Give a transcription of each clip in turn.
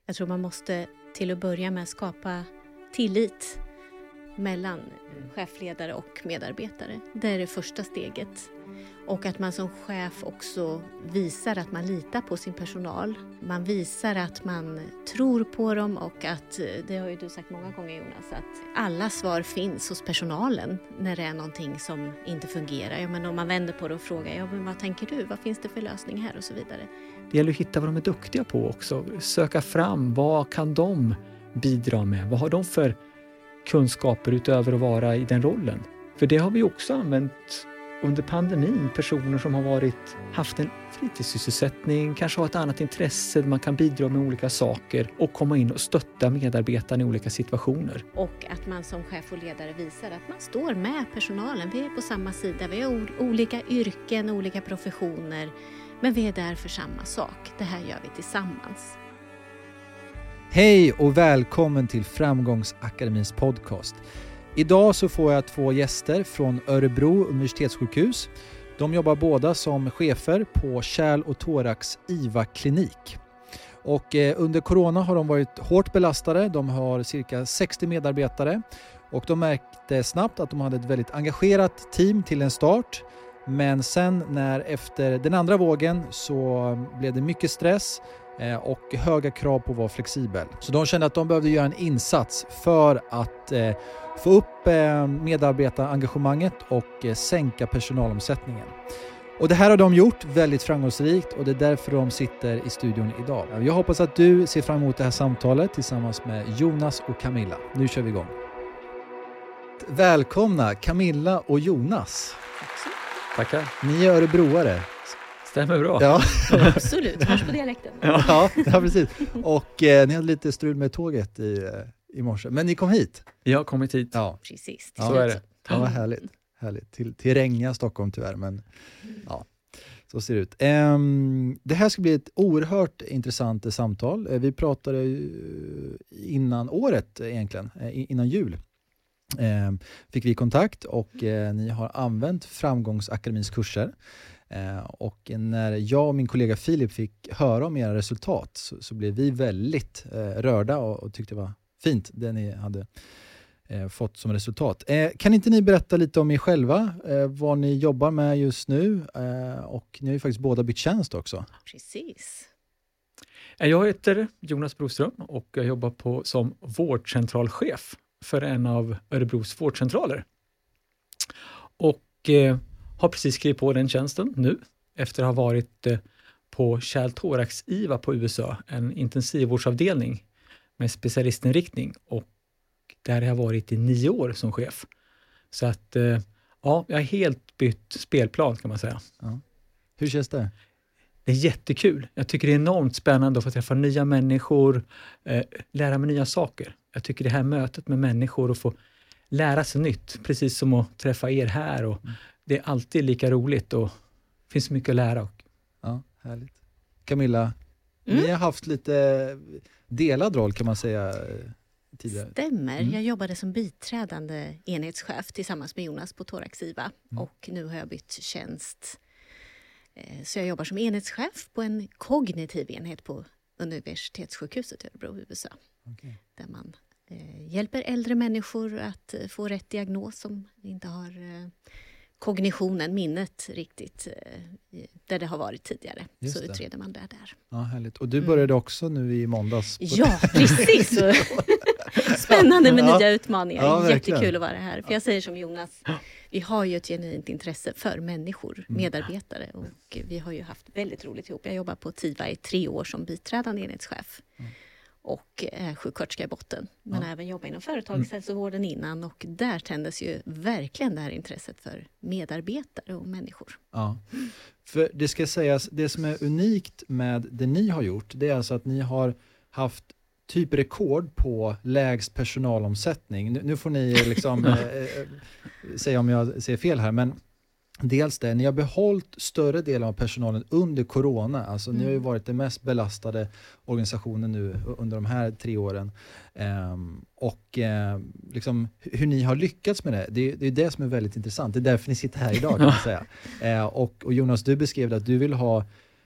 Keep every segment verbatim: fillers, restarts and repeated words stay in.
Jag tror man måste till att börja med skapa tillit mellan chefledare och medarbetare. Det är det första steget. Och att man som chef också visar att man litar på sin personal. Man visar att man tror på dem och att, det har ju du sagt många gånger Jonas, att alla svar finns hos personalen när det är någonting som inte fungerar. Ja, men om man vänder på det och frågar, ja, men vad tänker du? Vad finns det för lösning här och så vidare. Det gäller att hitta vad de är duktiga på också. Söka fram, vad kan de bidra med? Vad har de för kunskaper utöver att vara i den rollen? För det har vi också använt under pandemin. Personer som har varit, haft en fritidssysselsättning, kanske har ett annat intresse, man kan bidra med olika saker och komma in och stötta medarbetarna i olika situationer. Och att man som chef och ledare visar att man står med personalen. Vi är på samma sida, vi har olika yrken, olika professioner, men vi är där för samma sak. Det här gör vi tillsammans. Hej och välkommen till Framgångsakademins podcast. Idag så får jag två gäster från Örebro universitetssjukhus. De jobbar båda som chefer på kärl- och thorax I V A-klinik. Och eh, under corona har de varit hårt belastade. De har cirka sextio medarbetare. Och de märkte snabbt att de hade ett väldigt engagerat team till en start. Men sen när efter den andra vågen så blev det mycket stress och höga krav på att vara flexibel. Så de kände att de behövde göra en insats för att eh, få upp eh, medarbetarengagemanget och eh, sänka personalomsättningen. Och det här har de gjort väldigt framgångsrikt och det är därför de sitter i studion idag. Jag hoppas att du ser fram emot det här samtalet tillsammans med Jonas och Camilla. Nu kör vi igång. Välkomna Camilla och Jonas. Tackar. Ni är örebroare. Stämmer bra. Ja, Absolut, hörs på dialekten. ja, ja precis. Och eh, ni hade lite strul med tåget i, i morse. Men ni kom hit. Jag har kommit hit. Ja, Precis. Ja, så är det. Ja, vad härligt. härligt. Till, till regniga Stockholm tyvärr, men ja, så ser det ut. Um, det här ska bli ett oerhört intressant samtal. Uh, vi pratade uh, innan året egentligen, uh, innan jul. Uh, fick vi kontakt och uh, ni har använt Framgångsakademins kurser. Uh, och när jag och min kollega Filip fick höra om era resultat så, så blev vi väldigt uh, rörda och, och tyckte det var fint det ni hade uh, fått som resultat. Uh, kan inte ni berätta lite om er själva, uh, vad ni jobbar med just nu uh, och ni har ju faktiskt båda bytt tjänst också. Precis. Jag heter Jonas Broström och jag jobbar på, som vårdcentralchef för en av Örebros vårdcentraler. Och eh, har precis skrivit på den tjänsten nu efter att ha varit eh, på kärl- thorax I V A på U S A, en intensivvårdsavdelning med specialistinriktning, och där har jag varit i nio år som chef. Så att eh, ja, jag har helt bytt spelplan kan man säga. Ja. Hur känns det? Det är jättekul. Jag tycker det är enormt spännande att få träffa nya människor, eh, lära mig nya saker. Jag tycker det här mötet med människor och få lära sig nytt, precis som att träffa er här. Och mm. Det är alltid lika roligt och det finns mycket att lära. Ja, härligt. Camilla, mm. ni har haft lite delad roll kan man säga tidigare. Stämmer. Mm. Jag jobbade som biträdande enhetschef tillsammans med Jonas på thorax I V A mm. och nu har jag bytt tjänst. Så jag jobbar som enhetschef på en kognitiv enhet på universitetssjukhuset i Örebro, U S A. Okay. Där man eh, hjälper äldre människor att eh, få rätt diagnos som inte har eh, kognitionen, minnet riktigt eh, där det har varit tidigare. Just så det. Utreder man det där. Ja, härligt. Och du började mm. också nu i måndags. Ja, precis. Spännande med ja. nya utmaningar. Ja, jättekul att vara här. För jag säger som Jonas, vi har ju ett genuint intresse för människor, medarbetare. Och vi har ju haft väldigt roligt ihop. Jag jobbar på T I V A i tre år som biträdande enhetschef. Mm. Och är sjuksköterska i botten. Men ja. även jobbar inom företagshälsovården innan. Och där tändes ju verkligen det här intresset för medarbetare och människor. Ja, för det ska sägas, det som är unikt med det ni har gjort, det är alltså att ni har haft typ rekord på lägst personalomsättning. Nu, nu får ni liksom eh, säga om jag säger fel här, men dels det, ni har behållit större delen av personalen under corona. Alltså mm. ni har ju varit den mest belastade organisationen nu under de här tre åren. Um, och uh, liksom hur ni har lyckats med det, det, det är det som är väldigt intressant. Det är därför ni sitter här idag kan man säga. Uh, och, och Jonas, du beskrev att du vill ha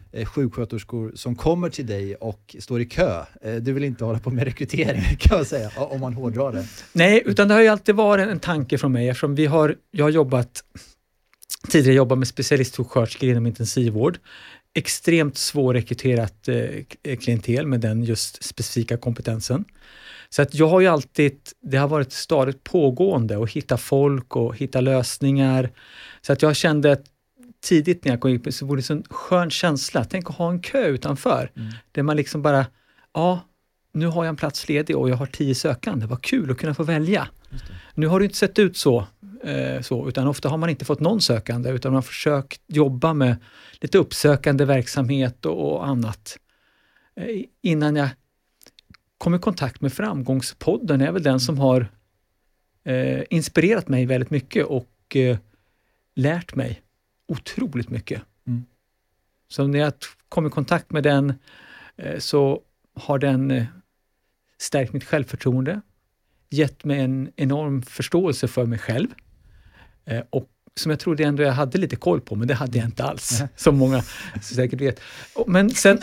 eh, sjuksköterskor som kommer till dig och står i kö. Eh, du vill inte hålla på med rekrytering kan man säga, om man hårdrar det. Nej, utan det har ju alltid varit en tanke från mig eftersom vi har, jag har jobbat tidigare jobbat med specialistsjuksköterskor inom intensivvård. Extremt svårrekryterat eh, klientel med den just specifika kompetensen. Så att jag har ju alltid, det har varit stadigt pågående att hitta folk och hitta lösningar. Så att jag kände att tidigt när jag kom in så var det en skön känsla. Tänk att ha en kö utanför. Mm. Där man liksom bara, ja, nu har jag en plats ledig och jag har tio sökande. Vad kul att kunna få välja. Nu har det inte sett ut så, eh, så, utan ofta har man inte fått någon sökande utan man har försökt jobba med lite uppsökande verksamhet och, och annat. Eh, innan jag kom i kontakt med Framgångspodden är väl den som har eh, inspirerat mig väldigt mycket och eh, lärt mig otroligt mycket. Mm. Så när jag kom i kontakt med den eh, så har den eh, stärkt mitt självförtroende, gett mig en enorm förståelse för mig själv eh, och som jag trodde ändå jag hade lite koll på, men det hade jag inte alls, mm. som många säkert vet. Men sen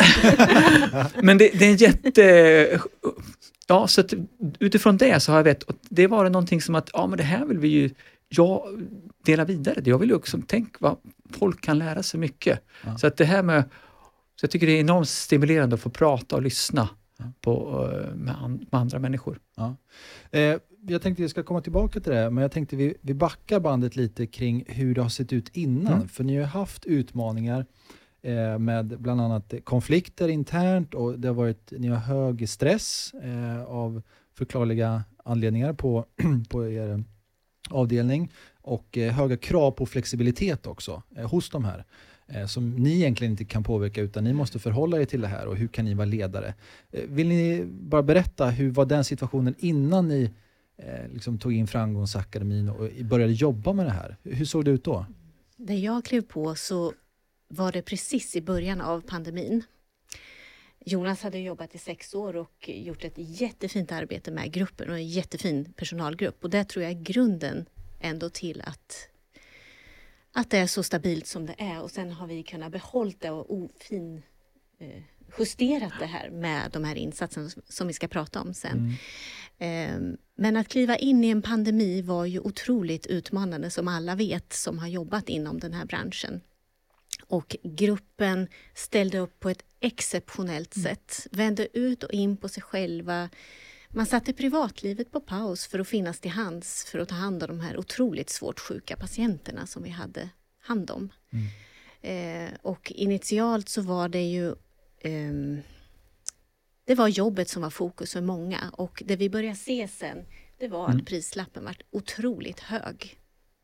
men det, det är en jätte ja, så att utifrån det så har jag vet, och det var någonting som att ja, men det här vill vi ju jag dela vidare. Jag vill ju också tänka vad folk kan lära sig mycket. Ja. Så att det här med, så jag tycker det är enormt stimulerande att få prata och lyssna ja. på, med, med andra människor. Ja. Eh, jag tänkte vi ska komma tillbaka till det, men jag tänkte vi, vi backar bandet lite kring hur det har sett ut innan. Mm. För ni har haft utmaningar eh, med bland annat konflikter internt och det har varit, ni har hög stress eh, av förklarliga anledningar på, på er avdelning och eh, höga krav på flexibilitet också eh, hos de här eh, som ni egentligen inte kan påverka utan ni måste förhålla er till det här och hur kan ni vara ledare. Eh, vill ni bara berätta hur var den situationen innan ni eh, liksom tog in Framgångsakademin och började jobba med det här? Hur såg det ut då? När jag klev på så var det precis i början av pandemin. Jonas hade jobbat i sex år och gjort ett jättefint arbete med gruppen och en jättefin personalgrupp. Och det tror jag är grunden ändå till att, att det är så stabilt som det är. Och sen har vi kunnat behålla det och ofin, eh, justerat det här med de här insatserna som vi ska prata om sen. Mm. Eh, men att kliva in i en pandemi var ju otroligt utmanande som alla vet som har jobbat inom den här branschen. Och gruppen ställde upp på ett exceptionellt mm. sätt. Vände ut och in på sig själva. Man satte privatlivet på paus för att finnas till hands. För att ta hand om de här otroligt svårt sjuka patienterna som vi hade hand om. Mm. Eh, och initialt så var det ju... Eh, det var jobbet som var fokus för många. Och det vi började se sen, det var mm. att prislappen var otroligt hög.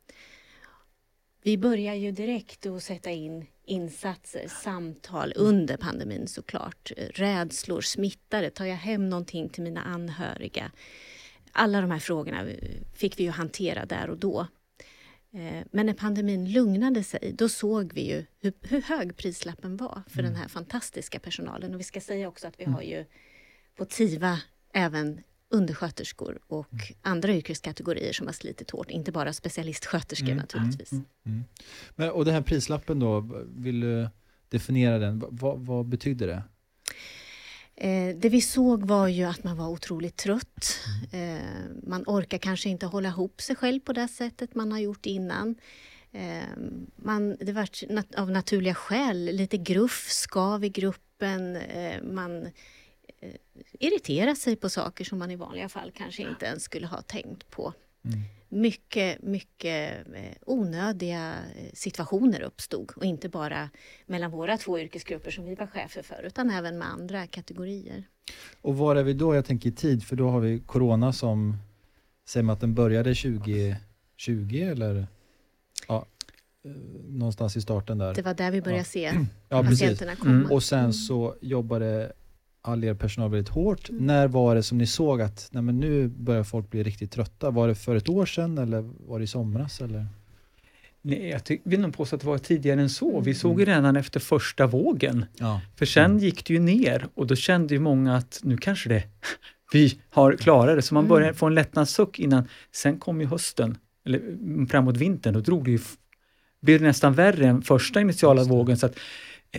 Vi börjar ju direkt att sätta in insatser, samtal under pandemin såklart. Rädslor, smittare, tar jag hem någonting till mina anhöriga? Alla de här frågorna fick vi ju hantera där och då. Men när pandemin lugnade sig, då såg vi ju hur, hur hög prislappen var för mm. den här fantastiska personalen. Och vi ska säga också att vi mm. har ju på TIVA även undersköterskor och mm. andra yrkeskategorier som har slitit hårt. Inte bara specialistsköterskor mm. naturligtvis. Mm. Mm. Men, och den här prislappen då, vill du definiera den? V- vad, vad betyder det? Eh, det vi såg var ju att man var otroligt trött. Mm. Eh, man orkar kanske inte hålla ihop sig själv på det sättet man har gjort innan. Eh, man, det var nat- av naturliga skäl lite gruff, skav i gruppen. Eh, man irritera sig på saker som man i vanliga fall kanske inte ens skulle ha tänkt på. Mm. Mycket, mycket onödiga situationer uppstod och inte bara mellan våra två yrkesgrupper som vi var chefer för utan även med andra kategorier. Och var är vi då? Jag tänker i tid, för då har vi corona som säger man att den började tjugo tjugo eller ja, någonstans i starten där. Det var där vi började ja. se ja, patienterna komma. Mm. Och sen så jobbade all er personal väldigt hårt. Mm. När var det som ni såg att nej men nu börjar folk bli riktigt trötta? Var det för ett år sedan eller var det i somras? Eller? Nej, jag ty- vill nog påstå att det var tidigare än så. Vi såg ju redan efter första vågen. Ja. För sen mm. gick det ju ner och då kände ju många att nu kanske det vi har klarat det. Så man började få en lättnadssuck innan. Sen kom ju hösten, eller framåt vintern, och drog det ju, blev det nästan värre än första initiala vågen. Så att,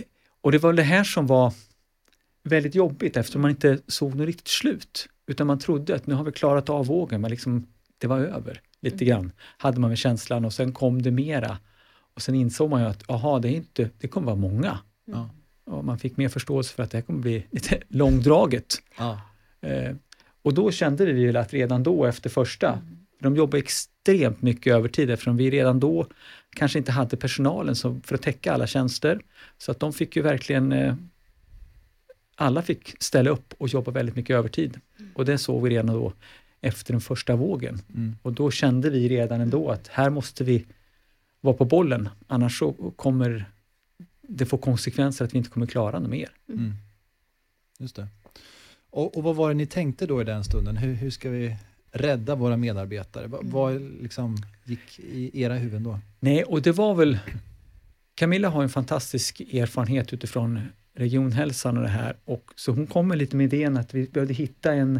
Och det var det här som var väldigt jobbigt eftersom man inte såg något riktigt slut. Utan man trodde att nu har vi klarat av vågen, men liksom, det var över lite grann. Hade man med känslan och sen kom det mera. Och sen insåg man ju att aha, det, är inte, det kommer vara många. Mm. Och man fick mer förståelse för att det här kommer bli lite långdraget. Ja. Eh, och då kände vi väl att redan då efter första, mm. de jobbar extremt mycket övertid eftersom vi redan då kanske inte hade personalen som, för att täcka alla tjänster. Så att de fick ju verkligen, eh, alla fick ställa upp och jobba väldigt mycket övertid. Mm. Och det såg vi redan då efter den första vågen. Mm. Och då kände vi redan ändå att här måste vi vara på bollen, annars så kommer det få konsekvenser att vi inte kommer klara något mer. Mm. Just det. Och, och vad var det ni tänkte då i den stunden? Hur, hur ska vi rädda våra medarbetare? Va, vad liksom gick i era huvuden då? Nej, och det var väl... Camilla har en fantastisk erfarenhet utifrån regionhälsan och det här. Och så hon kommer lite med idén att vi behövde hitta en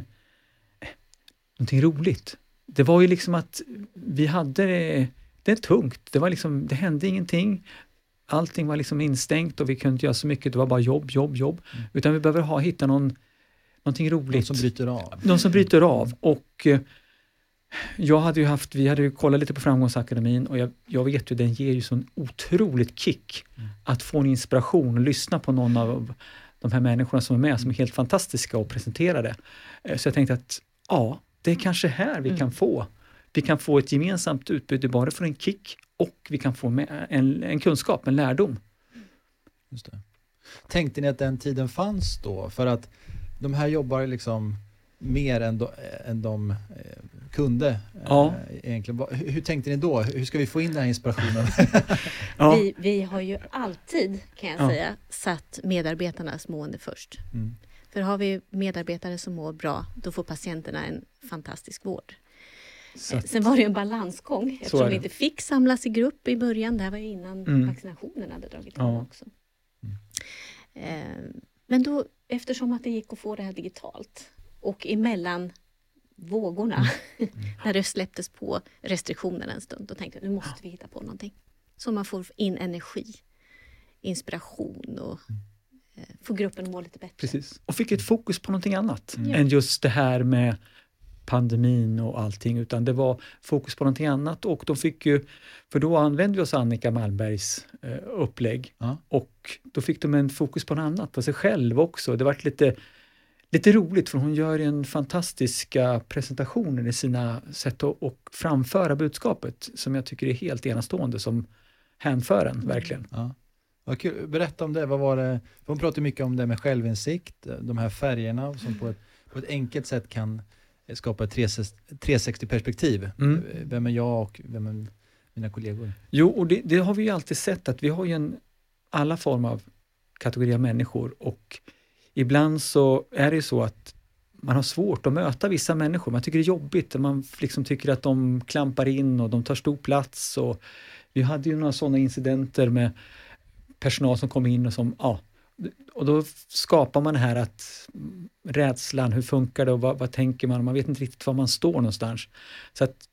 någonting roligt. Det var ju liksom att vi hade det, det är tungt. Det var liksom, det hände ingenting. Allting var liksom instängt och vi kunde inte göra så mycket. Det var bara jobb, jobb, jobb. Mm. Utan vi behöver ha, hitta någon, någonting roligt. Någon som bryter av. Någon som bryter av. Och eh, jag hade ju haft, vi hade ju kollat lite på Framgångsakademin och jag, jag vet ju, den ger ju sån otroligt kick mm. att få en inspiration och lyssna på någon av de här människorna som är med, som är helt fantastiska och presenterade. Eh, så jag tänkte att ja, det är kanske här vi mm. kan få. Vi kan få ett gemensamt utbyte bara för en kick och vi kan få med en, en kunskap, en lärdom. Just det. Tänkte ni att den tiden fanns då? För att de här jobbar liksom mer än, do, än de eh, kunde. Ja. Eh, egentligen. Hur, hur tänkte ni då? Hur ska vi få in den här inspirationen? ja. vi, vi har ju alltid, kan jag ja. säga, satt medarbetarnas mående först. Mm. För har vi medarbetare som mår bra, då får patienterna en fantastisk vård. Så. Sen var det en balansgång eftersom vi inte fick samlas i grupp i början. Det här var ju innan mm. vaccinationen hade dragit igång ja. också. Mm. Eh, men då, eftersom att det gick att få det här digitalt och emellan vågorna mm. när det släpptes på restriktionerna en stund, då tänkte jag nu måste vi hitta på någonting. Så man får in energi, inspiration och mm. eh, få gruppen att må lite bättre. Precis. Och fick ett fokus på någonting annat mm. än just det här med pandemin och allting, utan det var fokus på någonting annat och de fick ju, för då använde vi oss Annika Malmbergs eh, upplägg ja. och då fick de en fokus på något annat, på sig själv också. Det var lite, lite roligt för hon gör en fantastiska presentationer i sina sätt att och framföra budskapet som jag tycker är helt enastående som hänfören, mm. verkligen. Ja. Vad kul. Berätta om det, vad var det? Hon pratar mycket om det med självinsikt, de här färgerna som på ett, på ett enkelt sätt kan skapa ett trehundrasextio-perspektiv. Mm. Vem är jag och vem är mina kollegor? Jo, och det, det har vi ju alltid sett att vi har ju en, alla former av kategorier människor och ibland så är det ju så att man har svårt att möta vissa människor. Man tycker det är jobbigt och man liksom tycker att de klampar in och de tar stor plats. Och vi hade ju några sådana incidenter med personal som kom in och som, ja, och då skapar man här att rädslan, hur funkar det och vad, vad tänker man? Man vet inte riktigt var man står någonstans. Så att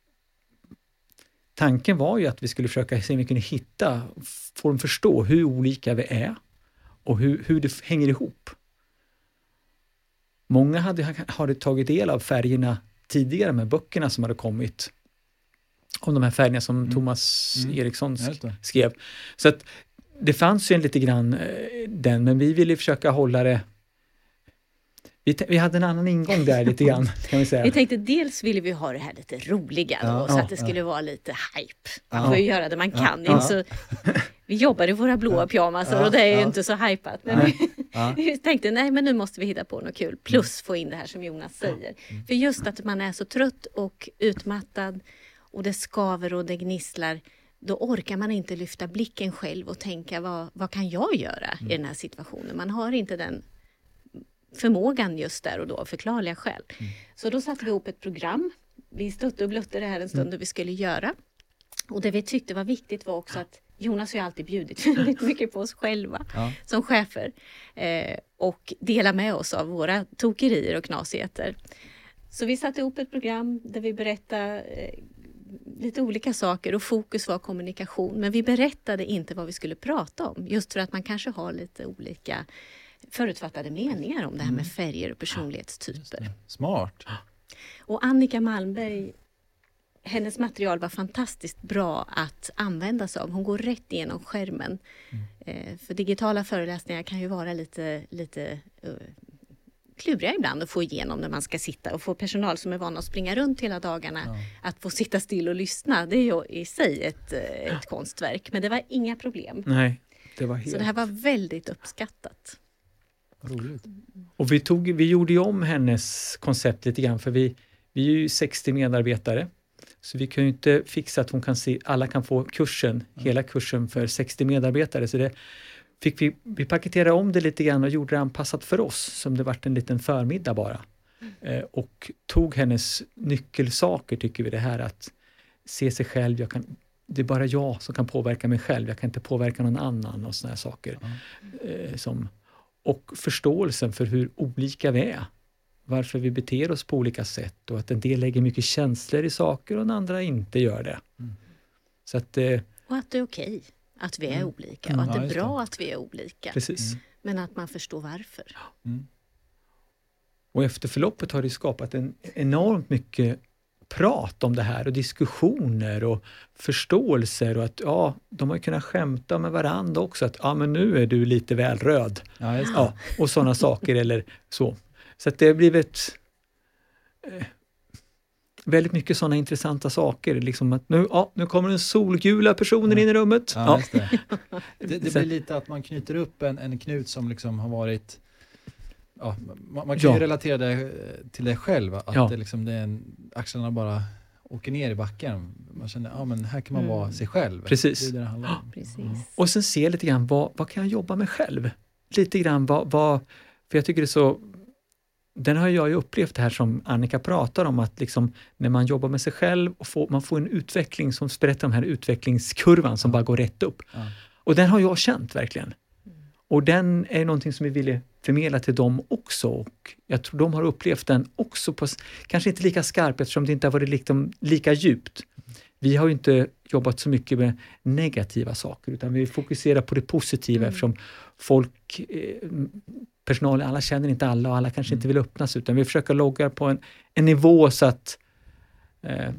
tanken var ju att vi skulle försöka se om vi kunde hitta, få dem förstå hur olika vi är och hur, hur det hänger ihop. Många hade, hade tagit del av färgerna tidigare med böckerna som hade kommit. Om de här färgerna som mm. Thomas mm. Eriksson skrev. Så att det fanns ju en lite grann eh, den, men vi ville försöka hålla det. Vi, vi hade en annan ingång där lite grann, kan vi säga. Vi tänkte dels ville vi ha det här lite roliga då, ja, så ja, att det skulle ja. vara lite hype. Man får ju göra det man kan. Ja, så, vi jobbar i våra blåa pyjamasar ja, och det är ju ja. inte så hypat. Men ja, vi, ja. vi tänkte, nej men nu måste vi hitta på något kul. Plus få in det här som Jonas säger. Mm. För just att man är så trött och utmattad och det skaver och det gnisslar, då orkar man inte lyfta blicken själv och tänka vad, vad kan jag göra mm. i den här situationen. Man har inte den förmågan just där och då, förklarliga skäl. Mm. Så då satte vi ihop ett program. Vi stötte och blötte det här en stund mm. och vi skulle göra. Och det vi tyckte var viktigt var också att Jonas har ju alltid bjudit väldigt mycket på oss själva ja. som chefer. Eh, och dela med oss av våra tokerier och knasigheter. Så vi satte ihop ett program där vi berättade eh, lite olika saker och fokus var kommunikation. Men vi berättade inte vad vi skulle prata om. Just för att man kanske har lite olika förutfattade meningar om det här med färger och personlighetstyper. Smart. Och Annika Malmberg, hennes material var fantastiskt bra att använda sig av. Hon går rätt igenom skärmen. Mm. Eh, för digitala föreläsningar kan ju vara lite, lite uh, kluriga ibland att få igenom när man ska sitta. Och få personal som är vana att springa runt hela dagarna ja. att få sitta still och lyssna. Det är ju i sig ett, ett konstverk. Men det var inga problem. Nej, det var helt... Så det här var väldigt uppskattat. Roligt. Och vi, tog, vi gjorde ju om hennes koncept lite grann, för vi, vi är ju sextio medarbetare. Så vi kan ju inte fixa att hon kan se, alla kan få kursen, mm. hela kursen för sextio medarbetare. Så det fick vi, vi paketerade om det lite grann och gjorde det anpassat för oss, som det vart en liten förmiddag bara. Mm. Eh, och tog hennes nyckelsaker, tycker vi, det här att se sig själv, jag kan, det är bara jag som kan påverka mig själv, jag kan inte påverka någon annan och såna här saker. Mm. Eh, som, och förståelsen för hur olika vi är. Varför vi beter oss på olika sätt och att en del lägger mycket känslor i saker och en andra inte gör det. Mm. Så att, eh, och att det är okej att vi är mm. olika och att mm, det är ja, bra det. att vi är olika. Precis. Mm. Men att man förstår varför. Mm. Och efter förloppet har det skapat en enormt mycket prat om det här och diskussioner och förståelser och att ja, de har ju kunnat skämta med varandra också att ja, men nu är du lite väl röd. Ja, just det. Ja, och sådana saker eller så. Så att det har blivit eh, väldigt mycket sådana intressanta saker. Liksom att nu, ja, nu kommer den solgula personen ja. in i rummet. Ja, ja. Just det. det, det blir lite att man knyter upp en, en knut som liksom har varit... Ja, man, man kan ja. ju relatera det till det själv. Att ja. det liksom, det är en, axlarna bara åker ner i backen. Man känner, ja men här kan man mm. vara sig själv. Precis. Det är det det handlar om. Precis. Mm. Och sen se lite grann, vad, vad kan jag jobba med själv? Lite grann, vad, vad, för jag tycker det är så... Den har jag ju upplevt det här som Annika pratar om, att liksom när man jobbar med sig själv och får, man får en utveckling som berättar om den här utvecklingskurvan som ja. bara går rätt upp. Ja. Och den har jag känt verkligen. Mm. Och den är någonting som vi ville förmedla till dem också. Och jag tror de har upplevt den också, på, kanske inte lika skarpt eftersom det inte har varit liksom lika djupt. Mm. Vi har ju inte jobbat så mycket med negativa saker utan vi fokuserar på det positiva mm. eftersom folk... Eh, personalen, alla känner inte alla och alla kanske mm. inte vill öppnas utan vi försöker logga på en, en nivå så att eh,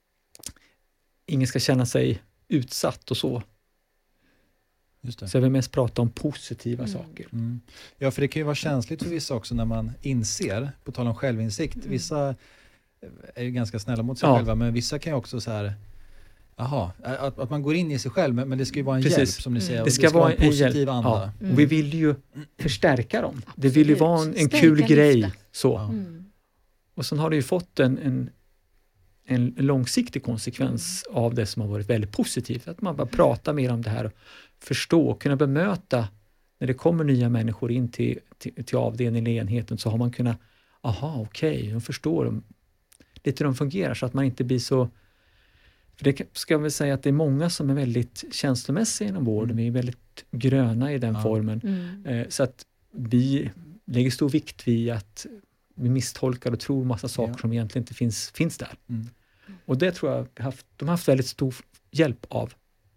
ingen ska känna sig utsatt och så. Just det. Så jag vill mest prata om positiva mm. saker. Mm. Ja, för det kan ju vara känsligt för vissa också när man inser, på tal om självinsikt, mm. vissa är ju ganska snälla mot sig ja. själva men vissa kan ju också så här Jaha, att, att man går in i sig själv men det ska ju vara en Precis. hjälp som ni säger. Det ska, det ska vara vara en positiv hjälp. anda. Ja. Mm. Och vi vill ju förstärka dem. Absolut. Det vill ju vara en, en kul grej. Så. Mm. Och sen har det ju fått en, en, en långsiktig konsekvens mm. av det som har varit väldigt positivt. Att man bara pratar mer om det här och förstå och kunna bemöta när det kommer nya människor in till, till, till avdelningen eller enheten så har man kunnat, aha okej, okay, de förstår de, lite hur de fungerar så att man inte blir så. För det ska jag väl säga att det är många som är väldigt känslomässiga inom vården. Mm. Vi är väldigt gröna i den ja. formen. Mm. Eh, så att vi lägger stor vikt vid att vi misstolkar och tror massa saker ja. som egentligen inte finns, finns där. Mm. Och det tror jag haft, de har haft väldigt stor hjälp av.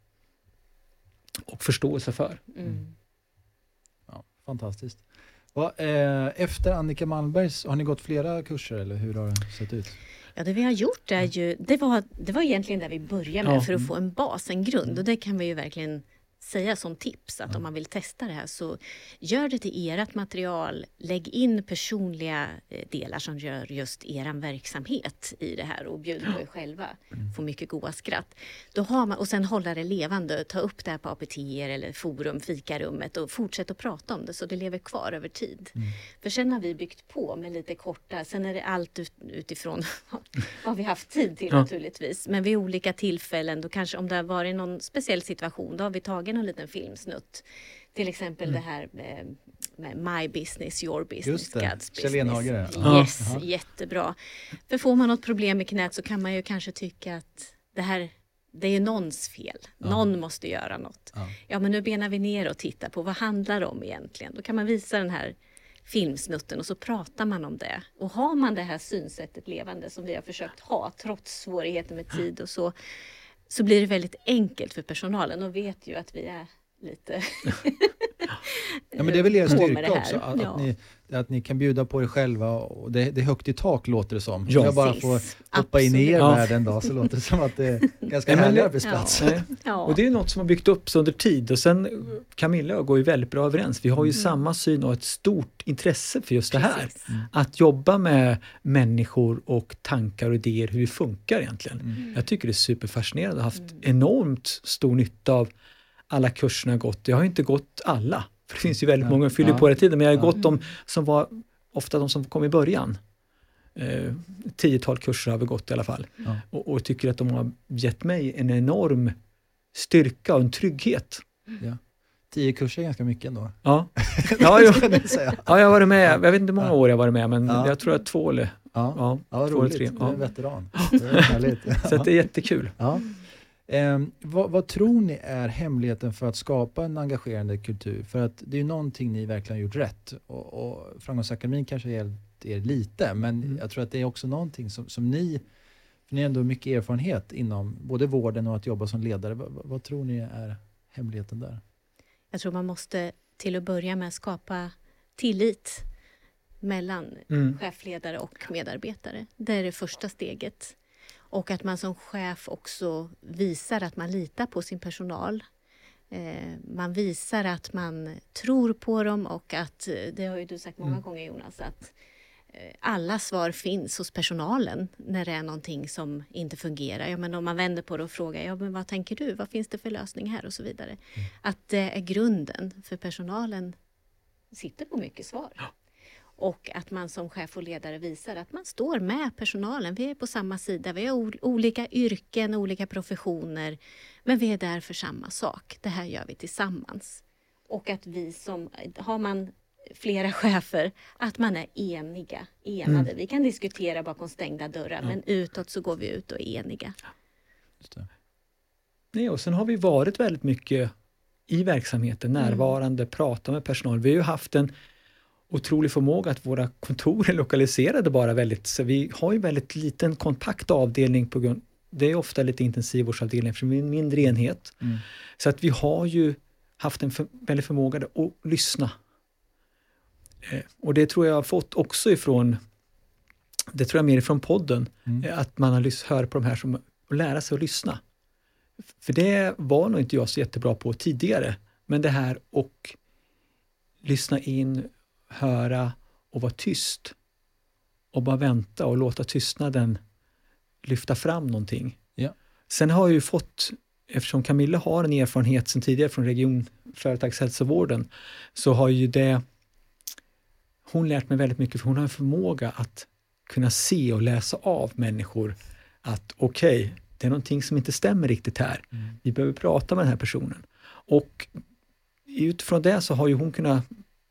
Och förståelse för. Mm. Ja, fantastiskt. Va, eh, efter Annika Malmbergs, har ni gått flera kurser eller hur har det sett ut? Ja, det vi har gjort är ju, det var, det var egentligen där vi började med ja. för att få en bas, en grund. Och det kan vi ju verkligen säga som tips att ja. om man vill testa det här så gör det till ert material. Lägg in personliga delar som gör just eran verksamhet i det här och bjud på er själva. Få mycket goda skratt. Då har man, och sen hålla det levande. Ta upp det här på A P T eller forum, fikarummet och fortsätt att prata om det så det lever kvar över tid. Mm. För sen har vi byggt på med lite korta, sen är det allt ut, utifrån vad vi haft tid till ja. naturligtvis. Men vid olika tillfällen, då kanske om det har varit någon speciell situation, då har vi tagit en liten filmsnutt. Till exempel mm. det här med, med My Business, Your Business, God's Business. Yes, ja. jättebra. För får man något problem i knät så kan man ju kanske tycka att det här, det är någons fel. Ja. Någon måste göra något. Ja. ja, men nu benar vi ner och tittar på vad handlar det om egentligen. Då kan man visa den här filmsnutten och så pratar man om det. Och har man det här synsättet levande som vi har försökt ha trots svårigheter med tid och så, så blir det väldigt enkelt för personalen och vet ju att vi är lite ja, men det är väl er styrka också, att, ja. att, ni, att ni kan bjuda på er själva och det, det är högt i tak låter det som. Ja. Om jag bara får hoppa in i er ja. värld en dag så låter det som att det är ganska härlig arbetsplats. Ja. Ja. Och det är något som har byggt upp sig under tid och sen Camilla och jag går ju väldigt bra överens. Vi har ju Mm. samma syn och ett stort intresse för just det här. Mm. Att jobba med människor och tankar och idéer, hur vi funkar egentligen. Mm. Jag tycker det är superfascinerande och har haft Mm. enormt stor nytta av alla kurserna jag gått. Jag har inte gått alla, för det finns ju väldigt Ja. många som fyller Ja. på hela tiden, men jag har Ja. gått de som var ofta de som kom i början. Eh, tiotal kurser har vi gått i alla fall. Ja. Och, och tycker att de har gett mig en enorm styrka och en trygghet. Ja. Tio kurser är ganska mycket ändå. Ja, ja, jo. Ska ni säga. Ja, jag har varit med, jag vet inte hur många Ja. år jag har varit med, men Ja. jag tror att två eller Ja, ja, ja två eller roligt. tre. Du är Ja. en veteran. Det är härligt. Så att det är jättekul. Ja. Eh, vad, vad tror ni är hemligheten för att skapa en engagerande kultur? För att det är ju någonting ni verkligen har gjort rätt. Och, och Framgångsakademin kanske har hjälpt er lite, men Mm. jag tror att det är också någonting som, som ni, för ni har ändå mycket erfarenhet inom både vården och att jobba som ledare. Vad, vad, vad tror ni är hemligheten där? Jag tror man måste till att börja med skapa tillit mellan Mm. chefledare och medarbetare. Det är det första steget. Och att man som chef också visar att man litar på sin personal. Eh, man visar att man tror på dem och att, det har ju du sagt många Mm. gånger Jonas, att eh, alla svar finns hos personalen när det är någonting som inte fungerar. Ja, men om man vänder på det och frågar, ja, men vad tänker du? Vad finns det för lösning här? Och så vidare. Mm. Att det är grunden, för personalen sitter på mycket svar. Och att man som chef och ledare visar att man står med personalen. Vi är på samma sida. Vi har ol- olika yrken, olika professioner. Men vi är där för samma sak. Det här gör vi tillsammans. Och att vi som, har man flera chefer, att man är eniga, enade. Mm. Vi kan diskutera bakom stängda dörrar, Ja. men utåt så går vi ut och är eniga. Just det. Nej, och sen har vi varit väldigt mycket i verksamheten, närvarande, prata med personal. Vi har ju haft en otrolig förmåga att våra kontor är lokaliserade bara väldigt, så vi har ju väldigt liten kompakt avdelning på grund, det är ofta lite intensivvårdsavdelning eftersom vi är en mindre enhet. Mm. Så att vi har ju haft en för, väldigt förmåga att lyssna. Eh, och det tror jag har fått också ifrån, det tror jag mer ifrån podden, Mm. eh, att man har lys- hör på de här som, och lära sig att lyssna. För det var nog inte jag så jättebra på tidigare, men det här och lyssna in, höra och vara tyst och bara vänta och låta tystnaden lyfta fram någonting. Ja. Sen har jag ju fått, eftersom Camilla har en erfarenhet sedan tidigare från region företagshälsovården, så har ju det hon lärt mig väldigt mycket, för hon har en förmåga att kunna se och läsa av människor att okej, okay, det är någonting som inte stämmer riktigt här. Mm. Vi behöver prata med den här personen. Och utifrån det så har ju hon kunnat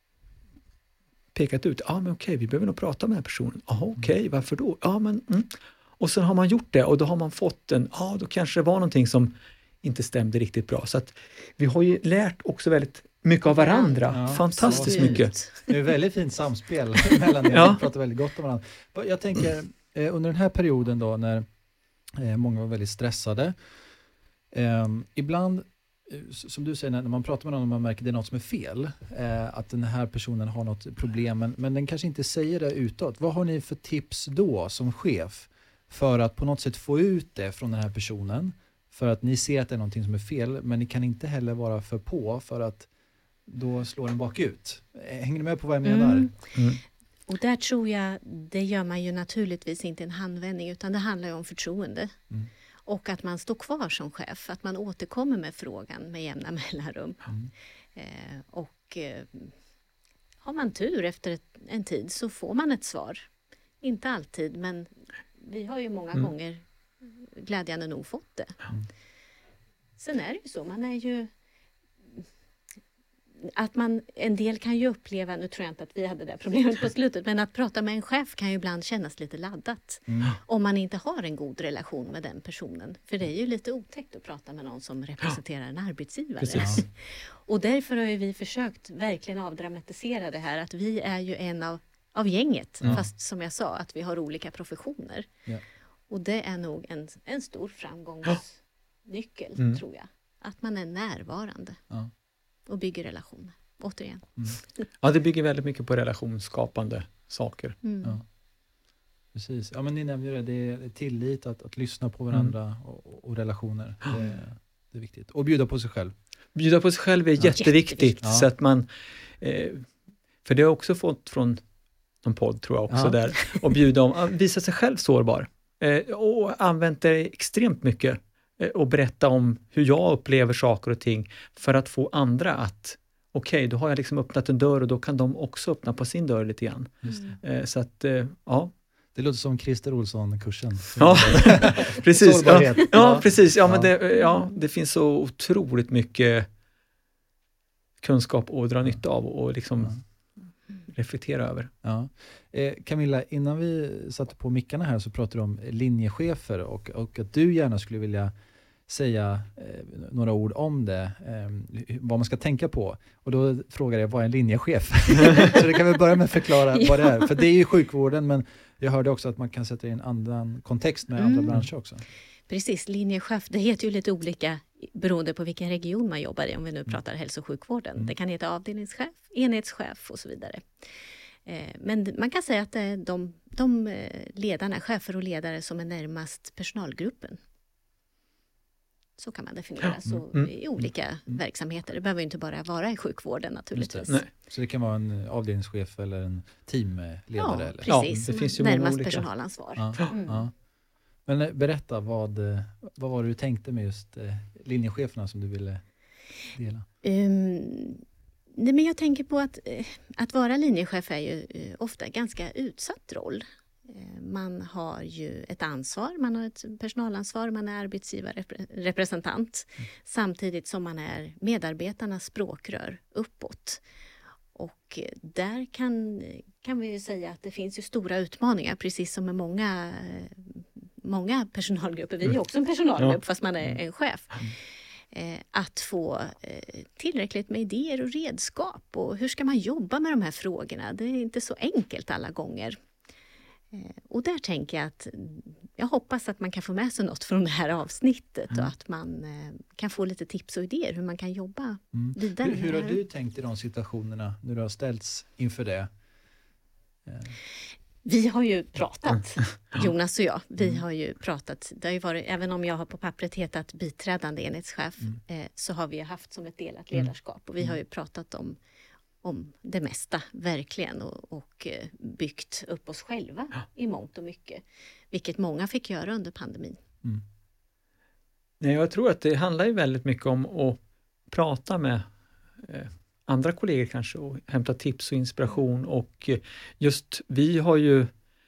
pekat ut, ja ah, men okej, okay, vi behöver nog prata med den här personen. Ja, okej, okay, varför då? Ja, men mm. Och sen har man gjort det och då har man fått en, ja, ah, då kanske det var någonting som inte stämde riktigt bra. Så att vi har ju lärt också väldigt mycket av varandra. Ja, Fantastiskt absolut. mycket. Det är väldigt fint samspel mellan er. Ja. Vi pratar väldigt gott om varandra. Jag tänker, eh, under den här perioden då när eh, många var väldigt stressade, eh, ibland, eh, som du säger, när man pratar med någon och man märker att det är något som är fel, eh, att den här personen har något problem, men, men den kanske inte säger det utåt. Vad har ni för tips då som chef för att på något sätt få ut det från den här personen? För att ni ser att det är någonting som är fel, men ni kan inte heller vara för på för att då slår den bakut. Hänger ni med på vad jag menar? Mm. Mm. Och där tror jag, det gör man ju naturligtvis inte en handvändning, utan det handlar ju om förtroende. Mm. Och att man står kvar som chef, att man återkommer med frågan med jämna mellanrum. Mm. Eh, och eh, har man tur efter ett, en tid så får man ett svar. Inte alltid, men vi har ju många Mm. gånger glädjande nog fått det. Mm. Sen är det ju så, man är ju... att man, en del kan ju uppleva, nu tror jag inte att vi hade det problemet på slutet, men att prata med en chef kan ju ibland kännas lite laddat. Mm. Om man inte har en god relation med den personen. För det är ju lite otäckt att prata med någon som representerar en arbetsgivare. Precis. Och därför har ju vi försökt verkligen avdramatisera det här, att vi är ju en av, av gänget, ja. Fast som jag sa, att vi har olika professioner. Ja. Och det är nog en, en stor framgångsnyckel, mm. tror jag. Att man är närvarande. Ja. Och bygger relationer, återigen. Mm. Ja, det bygger väldigt mycket på relationsskapande saker. Mm. Ja. Precis. Ja, men ni nämnde det, det är tillit, att, att lyssna på varandra mm. och, och relationer. Det, det är viktigt. Och bjuda på sig själv. Bjuda på sig själv är ja. jätteviktigt. jätteviktigt. Ja. Så att man, eh, för det har jag också fått från någon podd, tror jag också, ja. där. Och bjuda om, visa sig själv sårbar. Eh, och använt det extremt mycket. Och berätta om hur jag upplever saker och ting för att få andra att okej, okay, då har jag liksom öppnat en dörr och då kan de också öppna på sin dörr lite grann. Mm. Så att, ja. Det låter som Christer Olsson-kursen. Ja, precis. Ja, ja, precis. Ja, men det, ja, det finns så otroligt mycket kunskap att dra nytta av och liksom ja. reflektera över. Ja. Eh, Camilla, innan vi satte på mickarna här så pratade du om linjechefer och, och att du gärna skulle vilja säga eh, några ord om det, eh, vad man ska tänka på. Och då frågar jag, vad är en linjechef? Så det kan vi börja med att förklara ja. vad det är. För det är ju sjukvården, men jag hörde också att man kan sätta in en annan kontext med mm. andra branscher också. Precis, linjechef, det heter ju lite olika beroende på vilken region man jobbar i, om vi nu pratar mm. hälso- och sjukvården. Mm. Det kan heta avdelningschef, enhetschef och så vidare. Eh, men man kan säga att det är de, de ledarna, chefer och ledare som är närmast personalgruppen. Så kan man definiera så mm. i olika mm. verksamheter. Det behöver ju inte bara vara i sjukvården naturligtvis. Det. Så det kan vara en avdelningschef eller en teamledare? Ja, eller? precis. Ja, det finns ju närmast olika personalansvar. Ja, mm. ja. Men berätta, vad, vad var det du tänkte med just eh, linjecheferna som du ville dela? Um, nej, men jag tänker på att, att vara linjechef är ju ofta en ganska utsatt roll. Man har ju ett ansvar, man har ett personalansvar, man är arbetsgivarrepresentant mm. samtidigt som man är medarbetarnas språkrör uppåt. Och där kan, kan vi ju säga att det finns ju stora utmaningar, precis som med många, många personalgrupper. Vi är ju också en personalgrupp ja. fast man är en chef. Mm. Att få tillräckligt med idéer och redskap, och hur ska man jobba med de här frågorna? Det är inte så enkelt alla gånger. Och där tänker jag att jag hoppas att man kan få med sig något från det här avsnittet mm. och att man kan få lite tips och idéer hur man kan jobba mm. vidare. Hur, hur har du tänkt i de situationerna när du har ställts inför det? Vi har ju pratat, Jonas och jag, vi har ju pratat, det har ju varit, även om jag har på pappret hetat biträdande enhetschef mm. så har vi haft som ett delat ledarskap och vi har ju pratat om om det mesta, verkligen, och, och byggt upp oss själva ja. i mångt och mycket. Vilket många fick göra under pandemin. Mm. Nej, jag tror att det handlar ju väldigt mycket om att prata med eh, andra kollegor kanske och hämta tips och inspiration. Och eh, just vi har ju,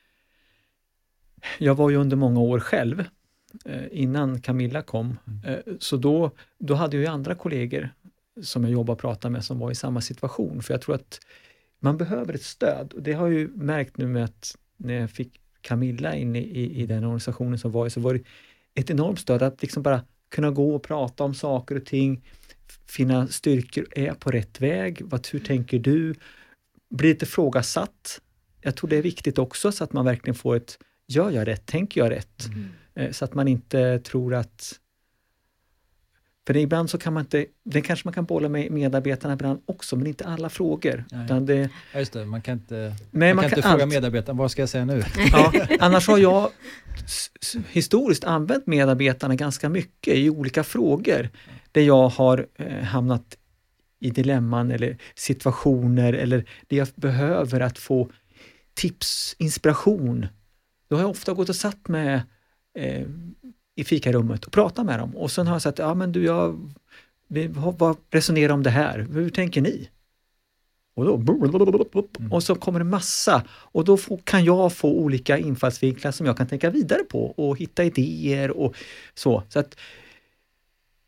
jag var ju under många år själv eh, innan Camilla kom. Mm. Eh, så då, då hade jag ju andra kollegor som jag jobbar och pratar med som var i samma situation. För jag tror att man behöver ett stöd. Och det har jag ju märkt nu med att när jag fick Camilla in i, i, i den organisationen som var i, så var det ett enormt stöd att liksom bara kunna gå och prata om saker och ting. Finna styrkor, är jag på rätt väg? Vad, hur tänker du? Blir lite frågasatt. Jag tror det är viktigt också så att man verkligen får ett, gör jag rätt? Tänker jag rätt? Mm. Så att man inte tror att för ibland så kan man inte, det kanske man kan bolla med medarbetarna ibland också, men inte alla frågor. Utan det, ja, just det, man kan inte, man man kan inte fråga allt. Medarbetarna, vad ska jag säga nu? Ja, annars har jag s- historiskt använt medarbetarna ganska mycket i olika frågor. Där jag har eh, hamnat i dilemman eller situationer eller det jag behöver att få tips, inspiration. Då har jag ofta gått och satt med eh, i fikarummet och prata med dem. Och sen har jag sagt, ja men du, jag vi vad resonerar om det här. Hur tänker ni? Och då mm. och så kommer det massa. Och då får, kan jag få olika infallsvinklar som jag kan tänka vidare på och hitta idéer och så. Så att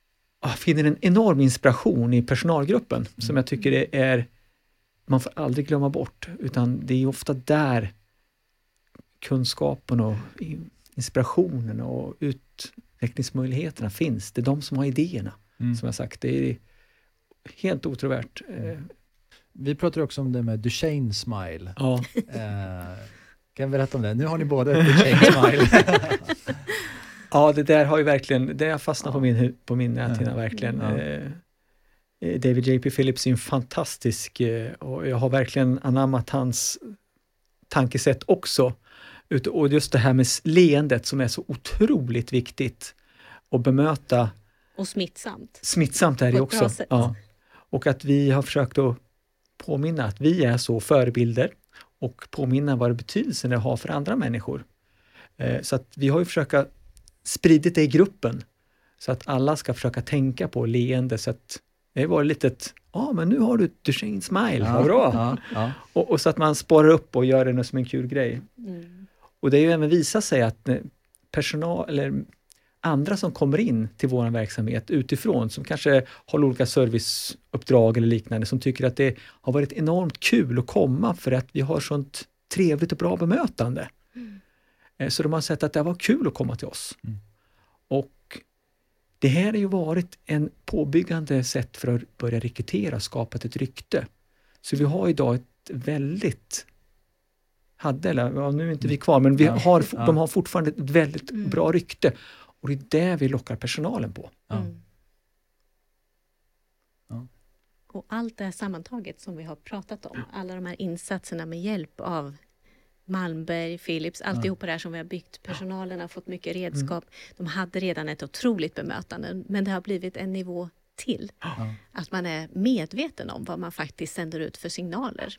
jag finner en enorm inspiration i personalgruppen mm. som jag tycker det är, man får aldrig glömma bort, utan det är ofta där kunskapen och inspirationen och utvecklingsmöjligheterna finns. Det är de som har idéerna, mm. som jag sagt. Det är helt otrovert. Mm. Vi pratar också om det med Duchenne smile. Ja. Eh, kan jag berätta om det? Nu har ni båda ett Duchenne smile. Ja, det där har ju verkligen, det har fastnat ja. på min, på min näthinna ja. verkligen. Ja. Eh, David J P Phillips är en fantastisk, eh, och jag har verkligen anammat hans tankesätt också. Och just det här med leendet som är så otroligt viktigt att bemöta. Och smittsamt. Smittsamt är det också. Ja. Och att vi har försökt att påminna att vi är så förebilder och påminna vad det betydelsen det har för andra människor. Eh, så att vi har ju försökt sprida det i gruppen så att alla ska försöka tänka på leende, så att det var lite ett, ja ah, men nu har du Duchenne smile, ja, vad bra. Ja, ja. Och, och så att man sparar upp och gör det som en kul grej. Mm. Och det är ju även visat sig att personal eller andra som kommer in till vår verksamhet utifrån, som kanske har olika serviceuppdrag eller liknande, som tycker att det har varit enormt kul att komma för att vi har sånt trevligt och bra bemötande. Mm. Så de har sett att det var kul att komma till oss. Mm. Och det här har ju varit en påbyggande sätt för att börja rekrytera, skapat ett rykte. Så vi har idag ett väldigt hade, eller ja, nu är inte vi kvar, men vi ja, har, ja. de har fortfarande ett väldigt mm. bra rykte. Och det är det vi lockar personalen på. Ja. Mm. Ja. Och allt det här sammantaget som vi har pratat om, alla de här insatserna med hjälp av Malmberg, Philips, alltihopa ja. där som vi har byggt. Personalen har fått mycket redskap. Mm. De hade redan ett otroligt bemötande, men det har blivit en nivå till. Ja. Att man är medveten om vad man faktiskt sänder ut för signaler.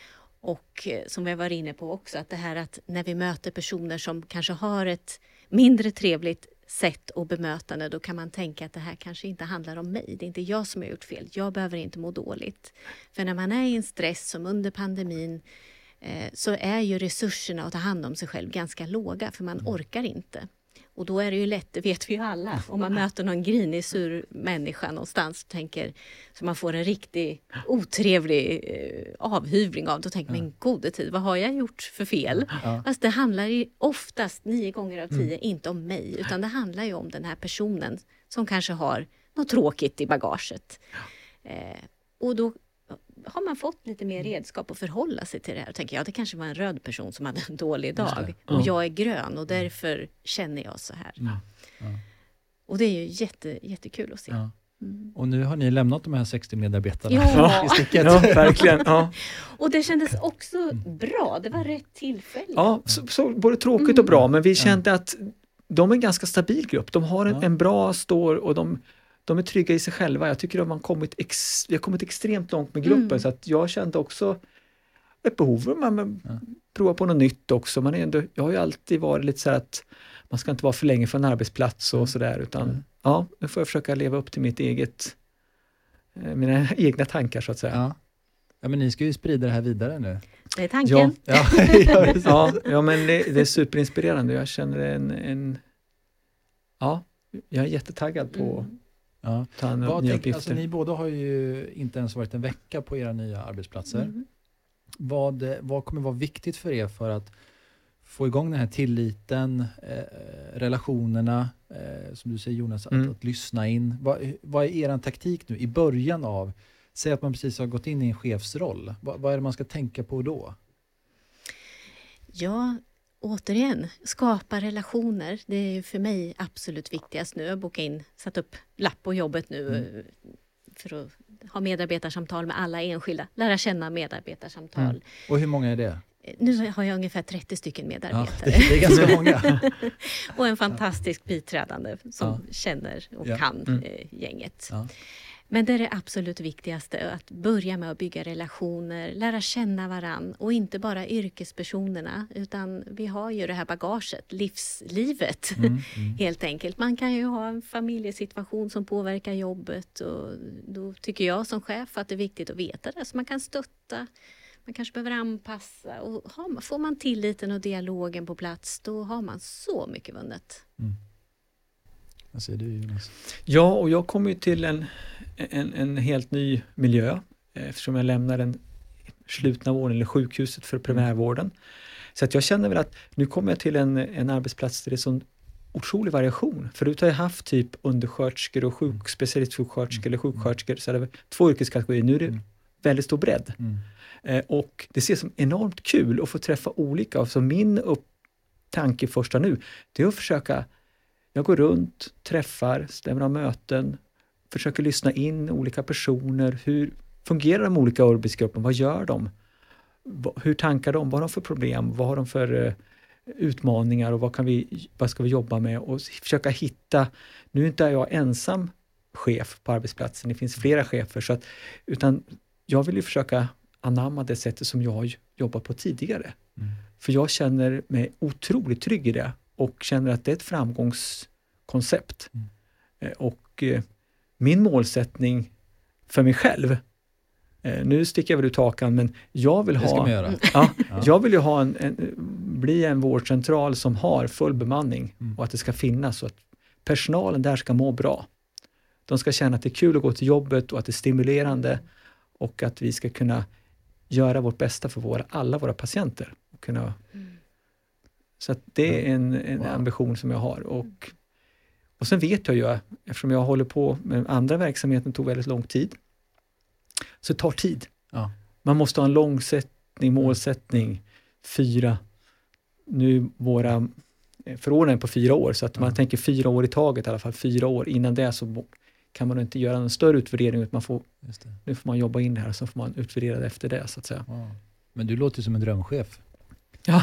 Och som vi var inne på också, att det här att när vi möter personer som kanske har ett mindre trevligt sätt och bemötande, då kan man tänka att det här kanske inte handlar om mig. Det är inte jag som har gjort fel. Jag behöver inte må dåligt. För när man är i en stress som under pandemin, eh, så är ju resurserna att ta hand om sig själv ganska låga, för man orkar inte. Och då är det ju lätt, det vet vi ju alla, om man möter någon grinig, sur människa någonstans, tänker, så man får en riktig otrevlig eh, avhyvling av, då tänker man, en gode tid, vad har jag gjort för fel? Ja. Fast det handlar ju oftast nio gånger av tio Mm. inte om mig, utan det handlar ju om den här personen som kanske har något tråkigt i bagaget. Eh, och då har man fått lite mer redskap att förhålla sig till det här. Och tänker jag, det kanske var en röd person som hade en dålig dag. Ja. Och jag är grön och därför känner jag så här. Ja. Ja. Och det är ju jätte, jättekul att se. Ja. Mm. Och nu har ni lämnat de här sextio medarbetarna Ja. i sticket. Ja, verkligen. Ja. Och det kändes också bra. Det var rätt tillfälle. Ja, så, så både tråkigt och bra, men vi kände att de är en ganska stabil grupp. De har en, Ja. en bra står och de, de är trygga i sig själva. Jag tycker att man kommit ex, vi har kommit extremt långt med gruppen, Mm. så att jag kände också ett behov av att man Ja. prova på något nytt också. Man är ändå, jag har ju alltid varit lite så här att man ska inte vara för länge för en arbetsplats och Mm. sådär, utan Mm. ja, nu får jag försöka leva upp till mitt eget, eh, mina egna tankar så att säga. Ja. Ja, men ni ska ju sprida det här vidare nu. Det är tanken. Ja. Ja, ja, Ja, ja men det, det är superinspirerande. Jag känner en, en ja, jag är jättetaggad på Mm. ja. att ta an Vad nya tänk, uppgifter. alltså, ni båda har ju inte ens varit en vecka på era nya arbetsplatser. Mm. Vad, vad kommer vara viktigt för er för att få igång den här tilliten, eh, relationerna, eh, som du säger Jonas, att, Mm. att lyssna in. Vad, vad är er taktik nu i början av, säg att man precis har gått in i en chefsroll. Vad, vad är det man ska tänka på då? Ja, återigen, skapa relationer. Det är ju för mig absolut viktigast nu. Jag bokar in, satt upp lapp på jobbet nu Mm. för att ha medarbetarsamtal med alla enskilda. Lära känna medarbetarsamtal. Mm. Och hur många är det? Nu har jag ungefär trettio stycken Ja, medarbetare. det, det är ganska många. Och en fantastisk biträdande som Ja. känner och Ja. kan Mm. eh, gänget. Ja. Men det är det absolut viktigaste, att börja med att bygga relationer, lära känna varann och inte bara yrkespersonerna, utan vi har ju det här bagaget, livslivet Mm, mm. helt enkelt. Man kan ju ha en familjesituation som påverkar jobbet och då tycker jag som chef att det är viktigt att veta det, så man kan stötta. Man kanske behöver anpassa och har, får man tilliten och dialogen på plats, då har man så mycket vunnet. Mm. Vad säger du, Jonas? Ja, och jag kommer ju till en, en, en helt ny miljö eftersom jag lämnar den slutna vården eller sjukhuset för primärvården. Så att jag känner väl att nu kommer jag till en, en arbetsplats där det är sån otrolig variation. Förut har jag haft typ undersköterskor och sjuk, specialistsjuksköterskor eller sjuksköterskor. Så det var två yrkeskategorier. Nu är det mm. väldigt stor bredd. Mm. Eh, och det ser som enormt kul att få träffa olika. Och så min upp, tanke första nu, det är att försöka, jag går runt, träffar, stämmer av möten, försöker lyssna in olika personer. Hur fungerar de olika arbetsgrupperna? Vad gör de? Hur tankar de? Vad har de för problem? Vad har de för uh, utmaningar och vad, kan vi, vad ska vi jobba med? Och försöka hitta, nu är inte jag ensam chef på arbetsplatsen, det finns flera chefer, så att, utan jag vill ju försöka anamma det sättet som jag har jobbat på tidigare. Mm. För jag känner mig otroligt trygg i det och känner att det är ett framgångskoncept. Mm. Eh, och eh, min målsättning för mig själv, eh, nu sticker jag väl ut hakan, men jag vill det ska ha man göra. Ja, ja. Jag vill ju ha en, en, bli en vårdcentral som har full bemanning mm. och att det ska finnas så att personalen där ska må bra. De ska känna att det är kul att gå till jobbet och att det är stimulerande och att vi ska kunna göra vårt bästa för våra, alla våra patienter. Och kunna, mm. Så att det är en, en wow. ambition som jag har. Och, och sen vet jag ju, eftersom jag håller på med andra verksamheten, tog väldigt lång tid. Så det tar tid. Ja. Man måste ha en långsättning, målsättning, fyra, nu våra förordnanden på fyra år. Så att man mm. tänker fyra år i taget, i alla fall fyra år. Innan det så kan man inte göra en större utvärdering, utan man får, nu får man jobba in det här och så får man utvärdera det efter det, så att säga. Wow. Men du låter som en drömchef. Ja,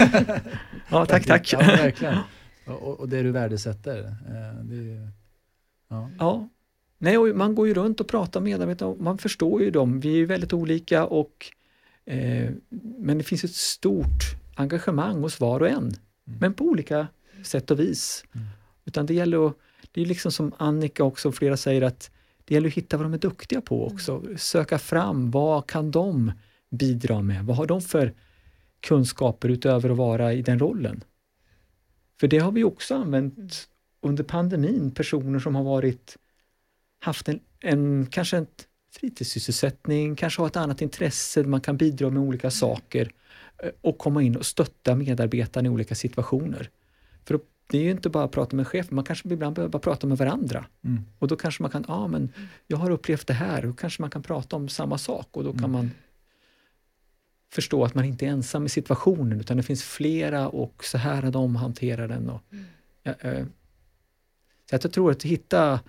ja tack, tack. Ja, verkligen. Och, och det du värdesätter. Det är, ja. ja. Nej, och man går ju runt och pratar med medarbetare, man förstår ju dem. Vi är ju väldigt olika, och, eh, men det finns ett stort engagemang hos var och en. Mm. Men på olika sätt och vis. Mm. Utan det gäller att, det är liksom som Annika också, flera säger, att det gäller att hitta vad de är duktiga på också. Mm. Söka fram, vad kan de bidra med? Vad har de för kunskaper utöver att vara i den rollen? För det har vi också använt mm. under pandemin. Personer som har varit haft en, en kanske en fritidssysselsättning, kanske har ett annat intresse, man kan bidra med olika mm. saker och komma in och stötta medarbetarna i olika situationer. För det är ju inte bara att prata med chefen, man kanske ibland behöver bara prata med varandra. Mm. Och då kanske man kan, ja ah, men jag har upplevt det här, och kanske man kan prata om samma sak, och då kan mm. man förstå att man inte är ensam i situationen, utan det finns flera, och så här har de hanterar den. Och, mm. ja, äh, så att jag tror att hitta,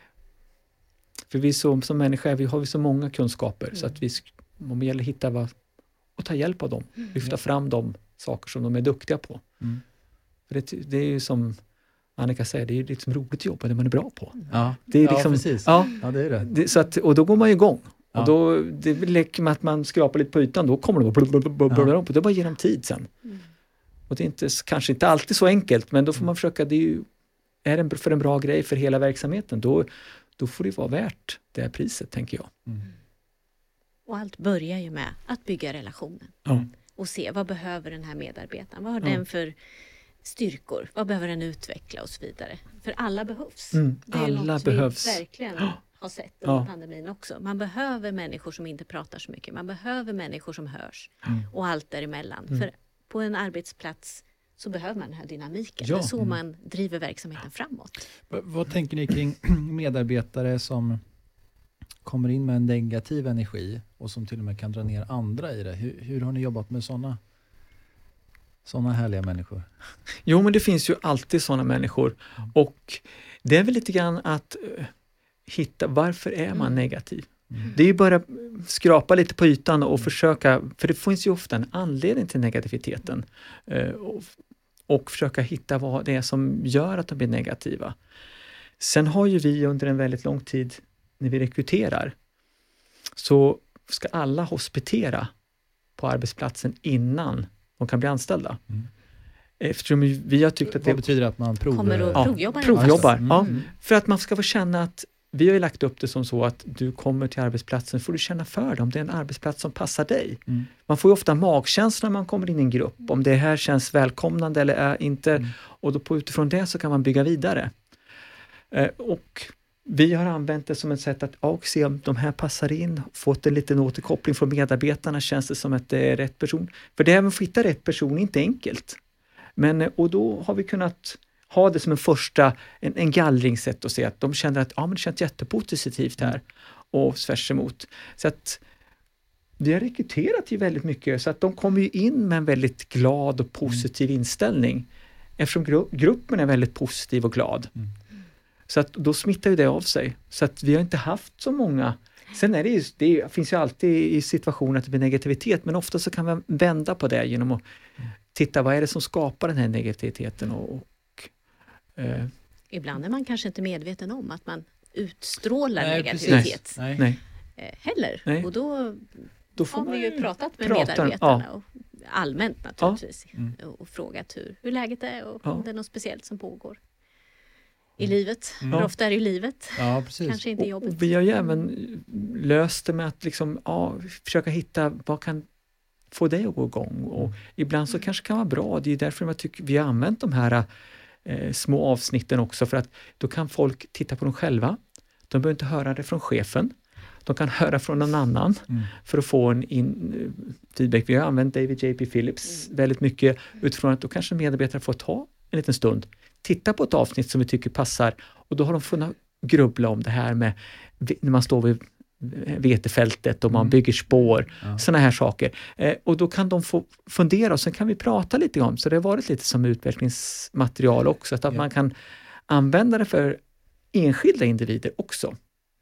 för vi som, som människor, vi har vi så många kunskaper, mm. så att vi, om det gäller att hitta vad, och ta hjälp av dem, mm. lyfta fram de saker som de är duktiga på. Mm. För det, det är ju som Annika säger, det är ju liksom roligt jobb, det man är bra på. Ja, det är liksom, ja precis. Ja, ja, det är det. det så att, och då går man ju igång. Ja. Och då, det leker med att man skrapar lite på ytan, då kommer det bara blablabla, ja. Det är bara genom tid sen. Mm. Och det är inte, kanske inte alltid så enkelt, men då får man försöka, det är ju, är det för en bra grej för hela verksamheten, då, då får det vara värt det här priset, tänker jag. Mm. Och allt börjar ju med att bygga relationen. Mm. Och se, vad behöver den här medarbetaren? Vad har mm. den för styrkor? Vad behöver den utveckla och så vidare? För alla behövs. Mm. Det är alla något behövs. Vi verkligen har sett under ja. pandemin också. Man behöver människor som inte pratar så mycket. Man behöver människor som hörs. Mm. Och allt däremellan. Mm. För på en arbetsplats så behöver man den här dynamiken. Ja. Det är så man driver verksamheten framåt. V- vad tänker ni kring medarbetare som kommer in med en negativ energi och som till och med kan dra ner andra i det? Hur, hur har ni jobbat med sådana sådana härliga människor? Jo, men det finns ju alltid sådana människor. Mm. Och det är väl lite grann att uh, hitta, varför är man mm. negativ? Mm. Det är ju bara skrapa lite på ytan och mm. försöka, för det finns ju ofta en anledning till negativiteten. Uh, och, och försöka hitta vad det är som gör att de blir negativa. Sen har ju vi under en väldigt lång tid, när vi rekryterar, så ska alla hospitera på arbetsplatsen innan de kan bli anställda. Mm. Eftersom vi har tyckt att det... Vad betyder det att man prov... kommer att ja, provjobba? provjobbar. Mm. Ja, för att man ska få känna att vi har ju lagt upp det som så att du kommer till arbetsplatsen, får du känna för dem. Det är en arbetsplats som passar dig. Mm. Man får ju ofta magkänsla när man kommer in i en grupp. Om det här känns välkomnande eller är inte. Mm. Och då på, utifrån det så kan man bygga vidare. Eh, och vi har använt det som ett sätt att ja, se om de här passar in, fått en liten återkoppling från medarbetarna, känns det som att det är rätt person. För det är även att hitta rätt person inte enkelt. Men, och då har vi kunnat ha det som en första, en, en gallringssätt och se att de känner att ja, men det känns jättepositivt här och tvärs emot. Så att vi har rekryterat ju väldigt mycket så att de kommer ju in med en väldigt glad och positiv mm. inställning. Eftersom gru- gruppen är väldigt positiv och glad. Mm. Så att då smittar ju det av sig. Så att vi har inte haft så många. Sen är det ju, det finns ju alltid i situationer att det blir negativitet, men ofta så kan vi vända på det genom att mm. titta vad är det som skapar den här negativiteten. Och, och, eh. Ibland är man kanske inte medveten om att man utstrålar Nej, negativitet. Nej. Nej. Eh, heller. Nej. Och då, då får har vi ju pratat med prata, medarbetarna ja. och allmänt naturligtvis Ja. Mm. och frågat hur, hur läget är och ja. om det är något speciellt som pågår i livet. Mm. För ofta är det ju livet. Ja, precis. Kanske inte jobbet. Och vi har ju även löst det med att liksom, ja, försöka hitta vad kan få dig att gå igång. Och Mm. ibland så kanske kan vara bra. Det är därför jag tycker vi har använt de här eh, små avsnitten också, för att då kan folk titta på dem själva. De behöver inte höra det från chefen. De kan höra från någon annan Mm. för att få en in, feedback. Vi har använt David J P Phillips Mm. väldigt mycket utifrån att då kanske medarbetare får ta en liten stund, titta på ett avsnitt som vi tycker passar, och då har de funnit grubbla om det här med när man står vid vetefältet och man Mm. bygger spår, Ja. sådana här saker. Eh, och då kan de få fundera och sen kan vi prata lite om, så det har varit lite som utvecklingsmaterial också, att, att Ja. man kan använda det för enskilda individer också.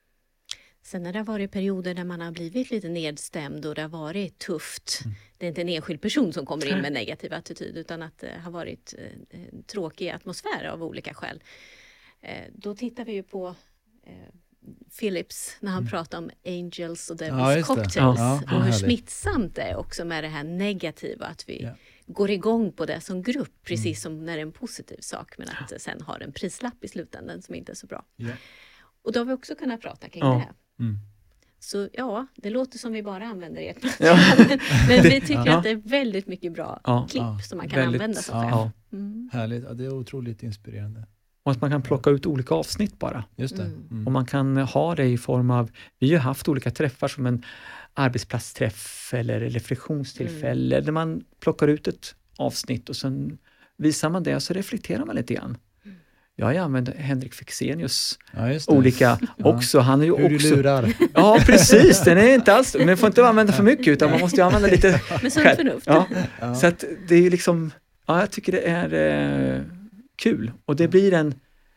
Sen när det har varit perioder där man har blivit lite nedstämd och det har varit tufft. Mm. Det är inte en enskild person som kommer in med negativ attityd, utan att det har varit en tråkig atmosfär av olika skäl. Eh, då tittar vi ju på eh, Phillips när han Mm. pratar om Angels och Ja, Devils just det. Cocktails Ja, och hur härligt. smittsamt det är också med det här negativa, att vi Ja. går igång på det som grupp, precis Mm. som när det är en positiv sak, men att det sen har en prislapp i slutändan som inte är så bra. Ja. Och då har vi också kunnat prata kring Ja. det här. Mm. Så ja, det låter som vi bara använder ert Ja. men vi tycker Ja. att det är väldigt mycket bra Ja. klipp Ja. som man kan Väldigt, använda som ja. chef. Ja. Mm. Härligt. Ja, det är otroligt inspirerande. Och att man kan plocka ut olika avsnitt bara. Just det. Mm. Mm. Och man kan ha det i form av, vi har haft olika träffar som en arbetsplatsträff eller reflektionstillfälle, Mm. där man plockar ut ett avsnitt och sen visar man det och så reflekterar man lite grann. Jag har ju använt Henrik Fexenius Ja, just det. olika också. Han är ju Hur också... du lurar. Ja, precis. Den är inte alls... Men man får inte använda för mycket, utan man måste ju använda lite... Med sunt förnuft. Ja. Ja. Så att det är ju liksom... Ja, jag tycker det är eh, kul. Och det blir en,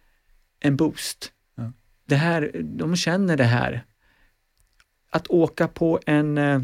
en boost. Ja. Det här, de känner det här. Att åka på en... Eh,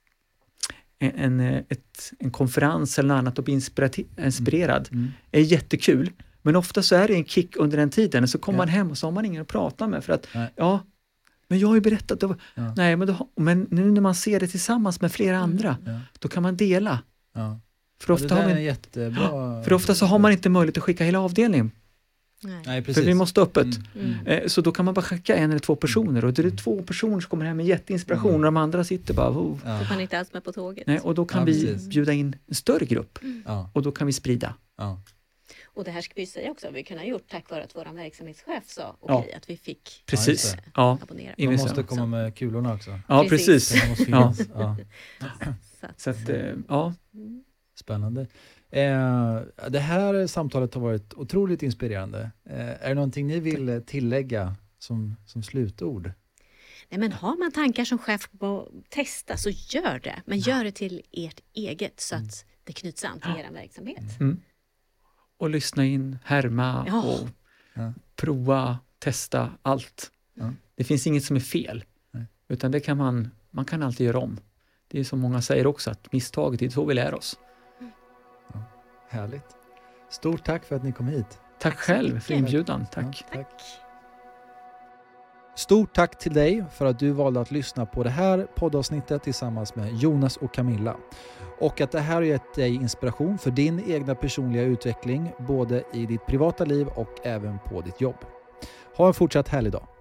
en, en, ett, en konferens eller något annat och bli inspirati- inspirerad Mm. är jättekul. Men ofta så är det en kick under den tiden. Så kommer Ja. man hem och så har man ingen att prata med. För att, Nej. ja, men jag har ju berättat. Det var, Ja. nej, men, då, men nu när man ser det tillsammans med flera andra, Ja. då kan man dela. Ja. För Ja, ofta, det har där är man, en jättebra... för ofta så har man inte möjlighet att skicka hela avdelningen. Nej. Nej, precis. För vi måste öppet. Mm. Mm. Eh, Så då kan man bara skicka en eller två personer. Och det är två personer som kommer hem med jätteinspiration. Mm. Och de andra sitter bara... Oh. Ja. Så man är inte alls med på tåget. Nej, och då kan Ja, vi precis. bjuda in en större grupp. Ja. Och då kan vi sprida. Ja. Och det här ska vi säga också, vi kunna ha gjort tack vare att vår verksamhetschef sa Ja. okej, att vi fick Precis. just det. Ja, abonnera. In- Man Investera. måste komma med kulorna också. ja Precis. precis. Det måste finnas. Ja. Så att, Så att, eh, ja. mm. Spännande. Eh, det här samtalet har varit otroligt inspirerande. Eh, är det någonting ni vill tillägga som, som slutord? Nej, men har man tankar som chef på att testa, så gör det. Men gör det till ert eget så att det knyts an till er verksamhet. Mm. Och lyssna in, härma Ja. och Ja. prova, testa allt. Ja. Det finns inget som är fel. Nej. Utan det kan man, man kan alltid göra om. Det är som många säger också, att misstaget är så vi lär oss. Härligt. Stort tack för att ni kom hit. Tack så själv mycket. för inbjudan. Tack. Ja, tack. Stort tack till dig för att du valde att lyssna på det här poddavsnittet tillsammans med Jonas och Camilla. Och att det här har gett dig inspiration för din egna personliga utveckling både i ditt privata liv och även på ditt jobb. Ha en fortsatt härlig dag.